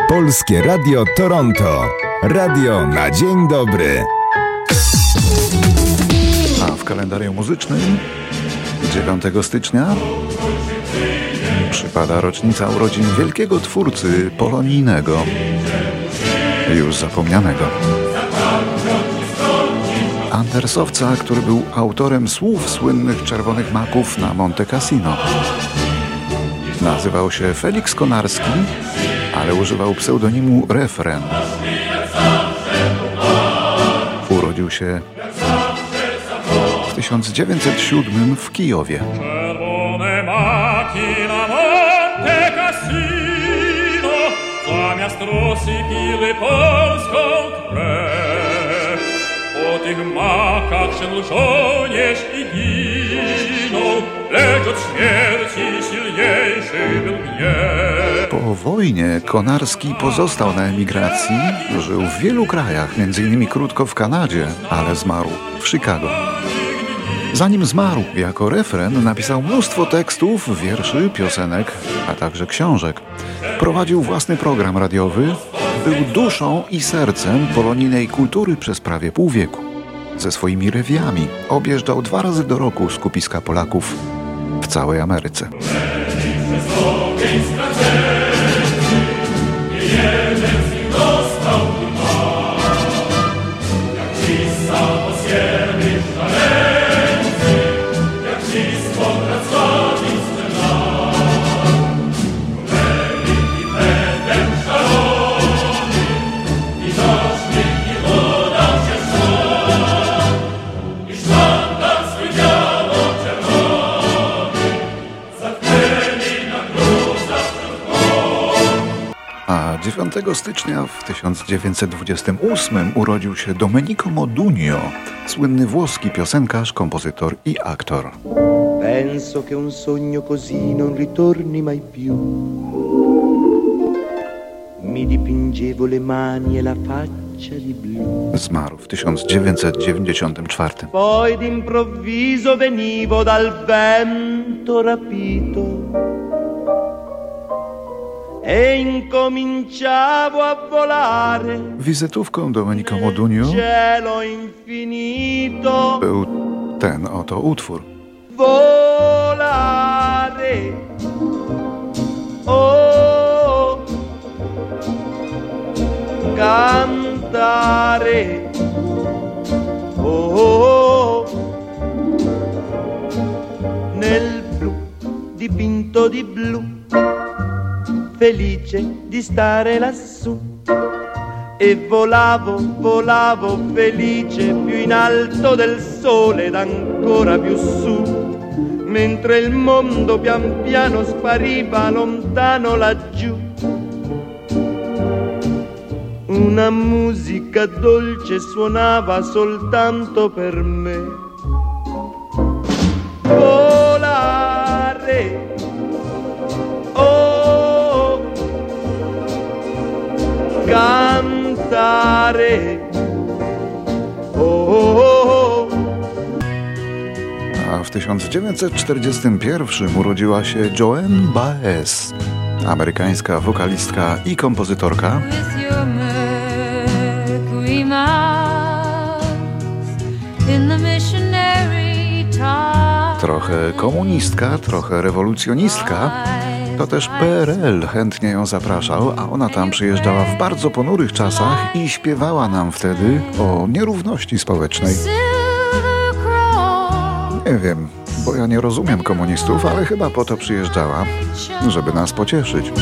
Polskie Radio Toronto. Radio na dzień dobry. A w kalendarium muzycznym 9 stycznia przypada rocznica urodzin wielkiego twórcy polonijnego, już zapomnianego. Andersowca, który był autorem słów słynnych Czerwonych Maków na Monte Cassino. Nazywał się Felix Konarski, ale używał pseudonimu Refren. Urodził się w 1907 w Kijowie. Czerwone maki na Monte Cassino zamiast rozsypiły polską krew. Po tych makach szedł żołnierz i ginął, lecz od śmierci silniejszy był gniew. Po wojnie Konarski pozostał na emigracji, żył w wielu krajach, m.in. krótko w Kanadzie, ale zmarł w Chicago. Zanim zmarł, jako refren napisał mnóstwo tekstów, wierszy, piosenek, a także książek. Prowadził własny program radiowy, był duszą i sercem polonijnej kultury przez prawie pół wieku. Ze swoimi rewiami objeżdżał 2 razy do roku skupiska Polaków w całej Ameryce. A 9 stycznia w 1928 urodził się Domenico Modugno, słynny włoski piosenkarz, kompozytor i aktor. Penso che un sogno così non ritorni mai più. Mi dipingevo le mani e la faccia di blu. Zmarł w 1994. Poi d'improvviso venivo dal vento rapito e incominciavo a volare. Wizytówką Domenico Modugno Cielo infinito. był ten oto utwór. Volare. Oh. Cantare. Oh. Nel blu dipinto di blu, felice di stare lassù. E volavo, volavo felice più in alto del sole ed ancora più su, mentre il mondo pian piano spariva lontano laggiù. Una musica dolce suonava soltanto per me. Volare. Oh. Cantare. Oh. A w 1941 urodziła się Joan Baez, amerykańska wokalistka i kompozytorka. Trochę komunistka, trochę rewolucjonistka. To też PRL chętnie ją zapraszał, a ona tam przyjeżdżała w bardzo ponurych czasach i śpiewała nam wtedy o nierówności społecznej. Nie wiem, bo ja nie rozumiem komunistów, ale chyba po to przyjeżdżała, żeby nas pocieszyć.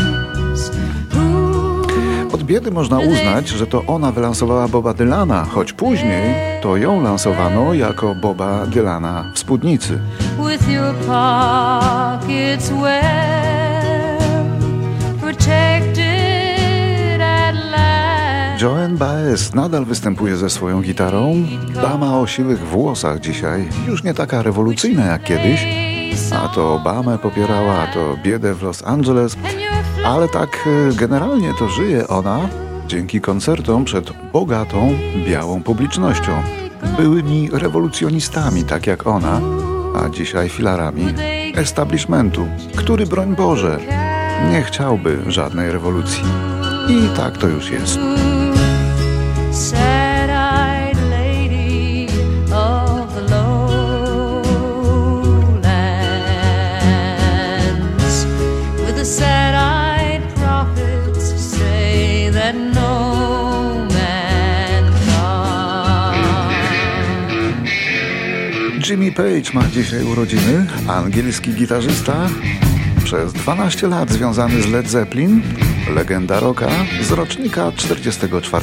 Od biedy można uznać, że to ona wylansowała Boba Dylana, choć później to ją lansowano jako Boba Dylana w spódnicy. Joan Baez nadal występuje ze swoją gitarą. Dama o siwych włosach dzisiaj, już nie taka rewolucyjna jak kiedyś. A to Obamę popierała, a to biedę w Los Angeles. Ale tak generalnie to żyje ona dzięki koncertom przed bogatą, białą publicznością. Byłymi rewolucjonistami, tak jak ona, a dzisiaj filarami establishmentu, który, broń Boże, nie chciałby żadnej rewolucji. I tak to już jest. Jimmy Page ma dzisiaj urodziny, angielski gitarzysta, przez 12 lat związany z Led Zeppelin, legenda rocka z rocznika 44.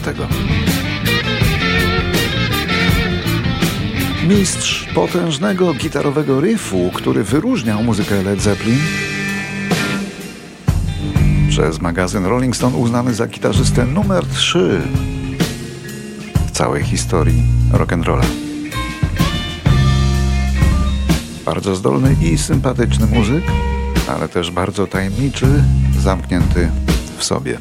Mistrz potężnego gitarowego riffu, który wyróżniał muzykę Led Zeppelin. Przez magazyn Rolling Stone uznany za gitarzystę numer 3 w całej historii rock'n'rolla. Bardzo zdolny i sympatyczny muzyk, ale też bardzo tajemniczy, zamknięty w sobie.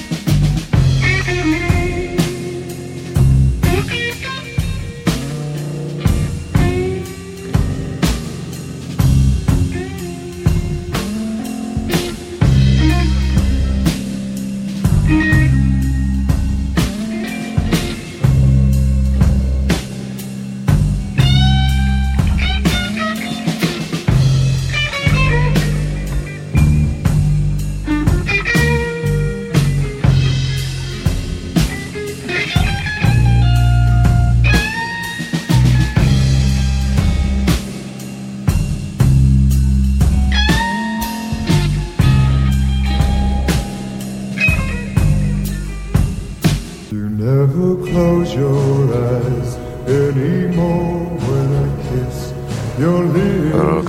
Never close your eyes anymore when I kiss your lips. Rok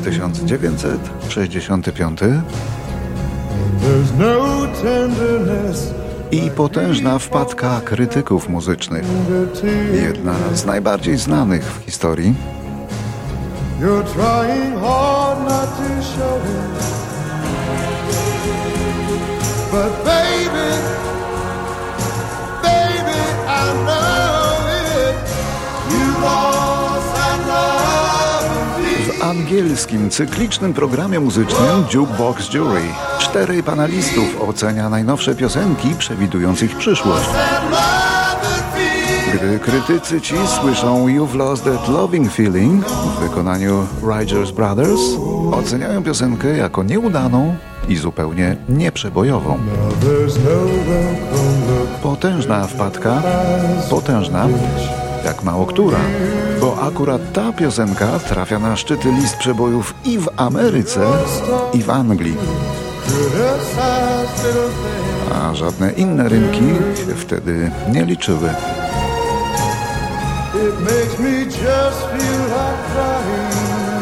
1965 There's no tenderness i potężna wpadka krytyków muzycznych. Jedna z najbardziej znanych w historii. You're trying hard not to show it, but baby, I know it. You lost that love. W angielskim cyklicznym programie muzycznym Jukebox Jury 4 panelistów ocenia najnowsze piosenki, przewidując ich przyszłość. Gdy krytycy ci słyszą You've Lost That Loving Feeling w wykonaniu Righteous Brothers, oceniają piosenkę jako nieudaną i zupełnie nieprzebojową. Potężna wpadka, potężna jak mało która, bo akurat ta piosenka trafia na szczyty list przebojów i w Ameryce, i w Anglii. A żadne inne rynki się wtedy nie liczyły. It makes me just feel like crying,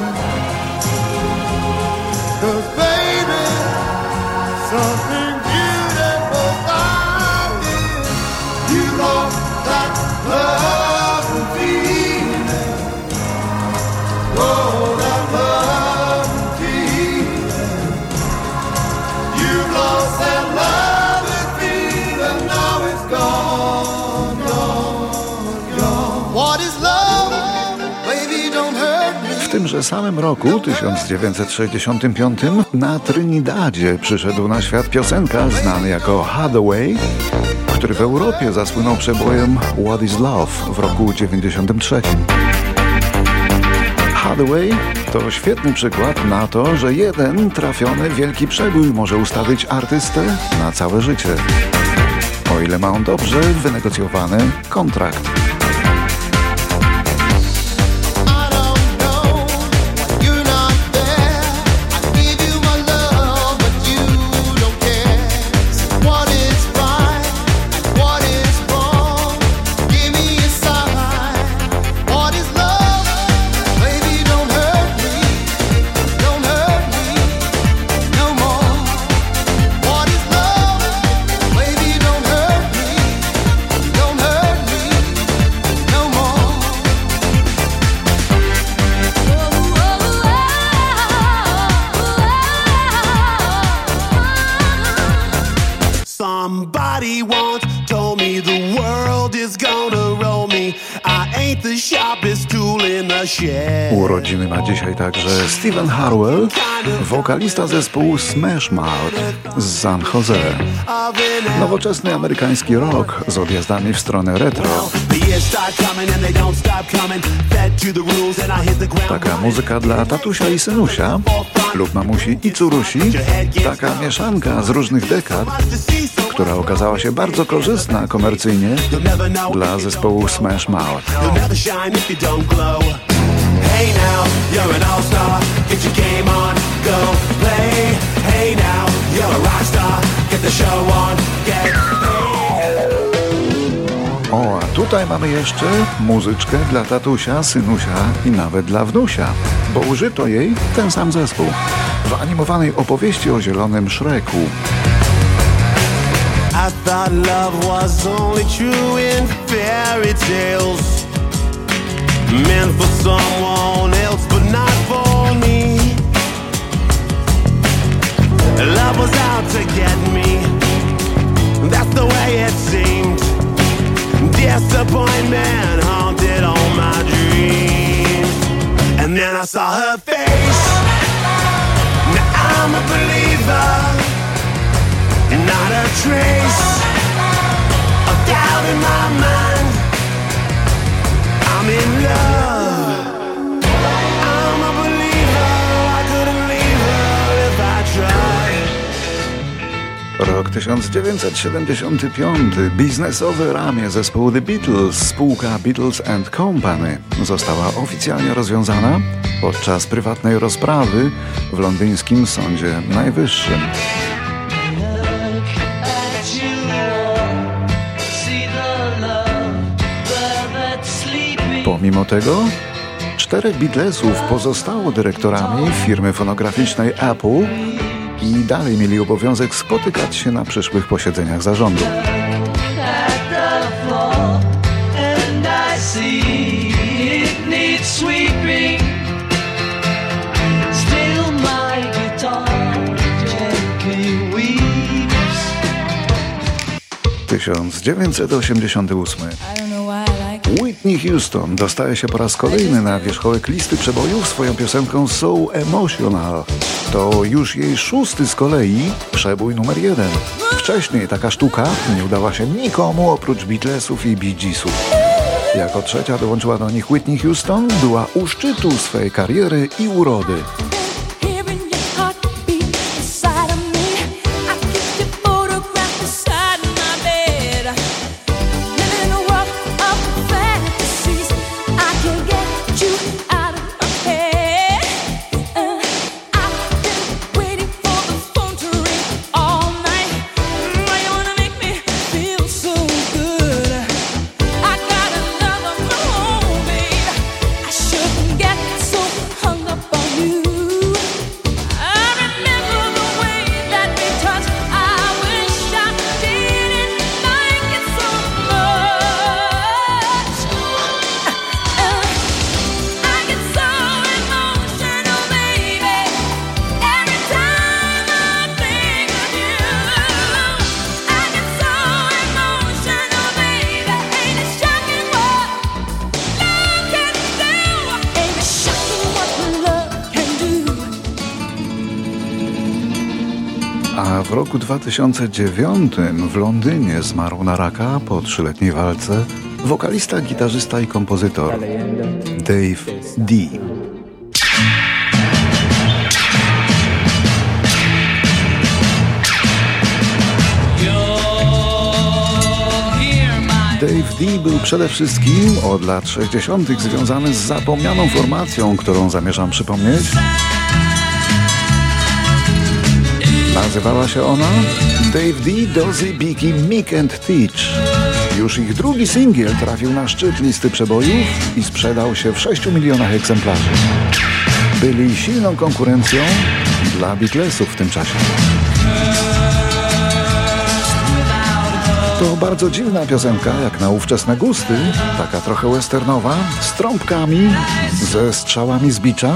'cause baby, something beautiful about it. You lost that love and feeling. Oh, that love and feeling. You lost that love and feeling. Now it's gone, gone. What is love? Baby, don't hurt me. W tymże samym roku, 1965, na Trinidadzie przyszedł na świat piosenkarz znany jako Hathaway, który w Europie zasłynął przebojem What is Love w roku 93. Hathaway to świetny przykład na to, że jeden trafiony wielki przebój może ustawić artystę na całe życie, o ile ma on dobrze wynegocjowany kontrakt. Somebody once told me the world is gonna roll me. I ain't the sharpest tool in the shed. Urodziny ma dzisiaj także Steven Harwell, wokalista zespołu Smash Mouth z San Jose. Nowoczesny amerykański rock z odjazdami w stronę retro. Taka muzyka dla tatusia i synusia lub mamusi i córusi. Taka mieszanka z różnych dekad, która okazała się bardzo korzystna komercyjnie dla zespołu Smash Mouth. Hey now, you're an all-star. Get your game on, go play. Hey now, you're a rock star. Get the show on, get O, a tutaj mamy jeszcze muzyczkę dla tatusia, synusia i nawet dla wnusia, bo użyto jej ten sam zespół w animowanej opowieści o zielonym Shreku. I thought love was only true in fairy tales, meant for someone else but not for me. Love was out to get me, that's the way it seemed. Disappointment haunted all my dreams. And then I saw her face. Now I'm a believer, not a trace of doubt in my mind. I'm in love, I'm a believer. I couldn't leave her if I tried. Rok 1975. Biznesowe ramię zespołu The Beatles, spółka Beatles and Company, została oficjalnie rozwiązana podczas prywatnej rozprawy w londyńskim Sądzie Najwyższym. Pomimo tego 4 Beatlesów pozostało dyrektorami firmy fonograficznej Apple i dalej mieli obowiązek spotykać się na przyszłych posiedzeniach zarządu. W 1988 Whitney Houston dostaje się po raz kolejny na wierzchołek listy przebojów swoją piosenką So Emotional. To już jej 6. z kolei przebój numer 1. Wcześniej taka sztuka nie udała się nikomu oprócz Beatlesów i Bee Geesów. Jako trzecia dołączyła do nich Whitney Houston, była u szczytu swej kariery i urody. A w roku 2009 w Londynie zmarł na raka po 3-letniej walce wokalista, gitarzysta i kompozytor Dave Dee. Dave Dee był przede wszystkim od lat 60. związany z zapomnianą formacją, którą zamierzam przypomnieć. Nazywała się ona Dave Dee, Dozy, Biki, Mick and Teach. Już ich drugi singiel trafił na szczyt listy przebojów i sprzedał się w 6 milionach egzemplarzy. Byli silną konkurencją dla Beatlesów w tym czasie. To bardzo dziwna piosenka, jak na ówczesne gusty, taka trochę westernowa, z trąbkami, ze strzałami z bicza.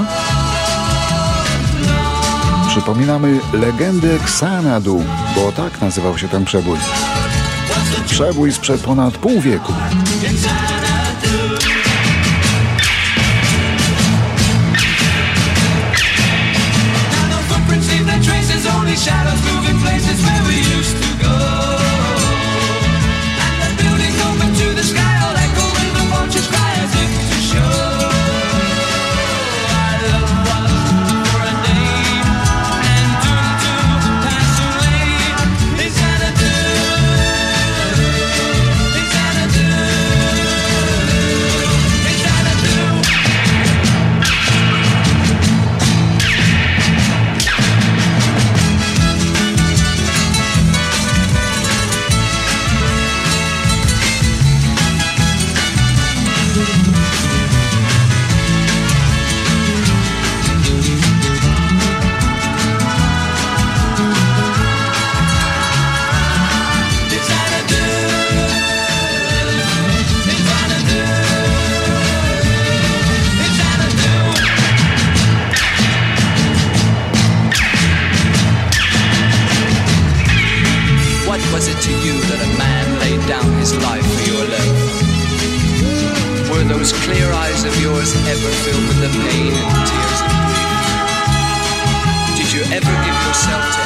Przypominamy legendę Xanadu, bo tak nazywał się ten przebój. Przebój sprzed ponad pół wieku. see shadows moving places where we used to go. And the buildings open to the sky, all echo when the vultures cry as if to show our love was for a day and doomed to pass away. Is that a do? Is that a do? Is that a do? What was it to you that a man laid down his life for your love? Were those clear eyes of yours ever filled with the pain and tears of grief? Did you ever give yourself to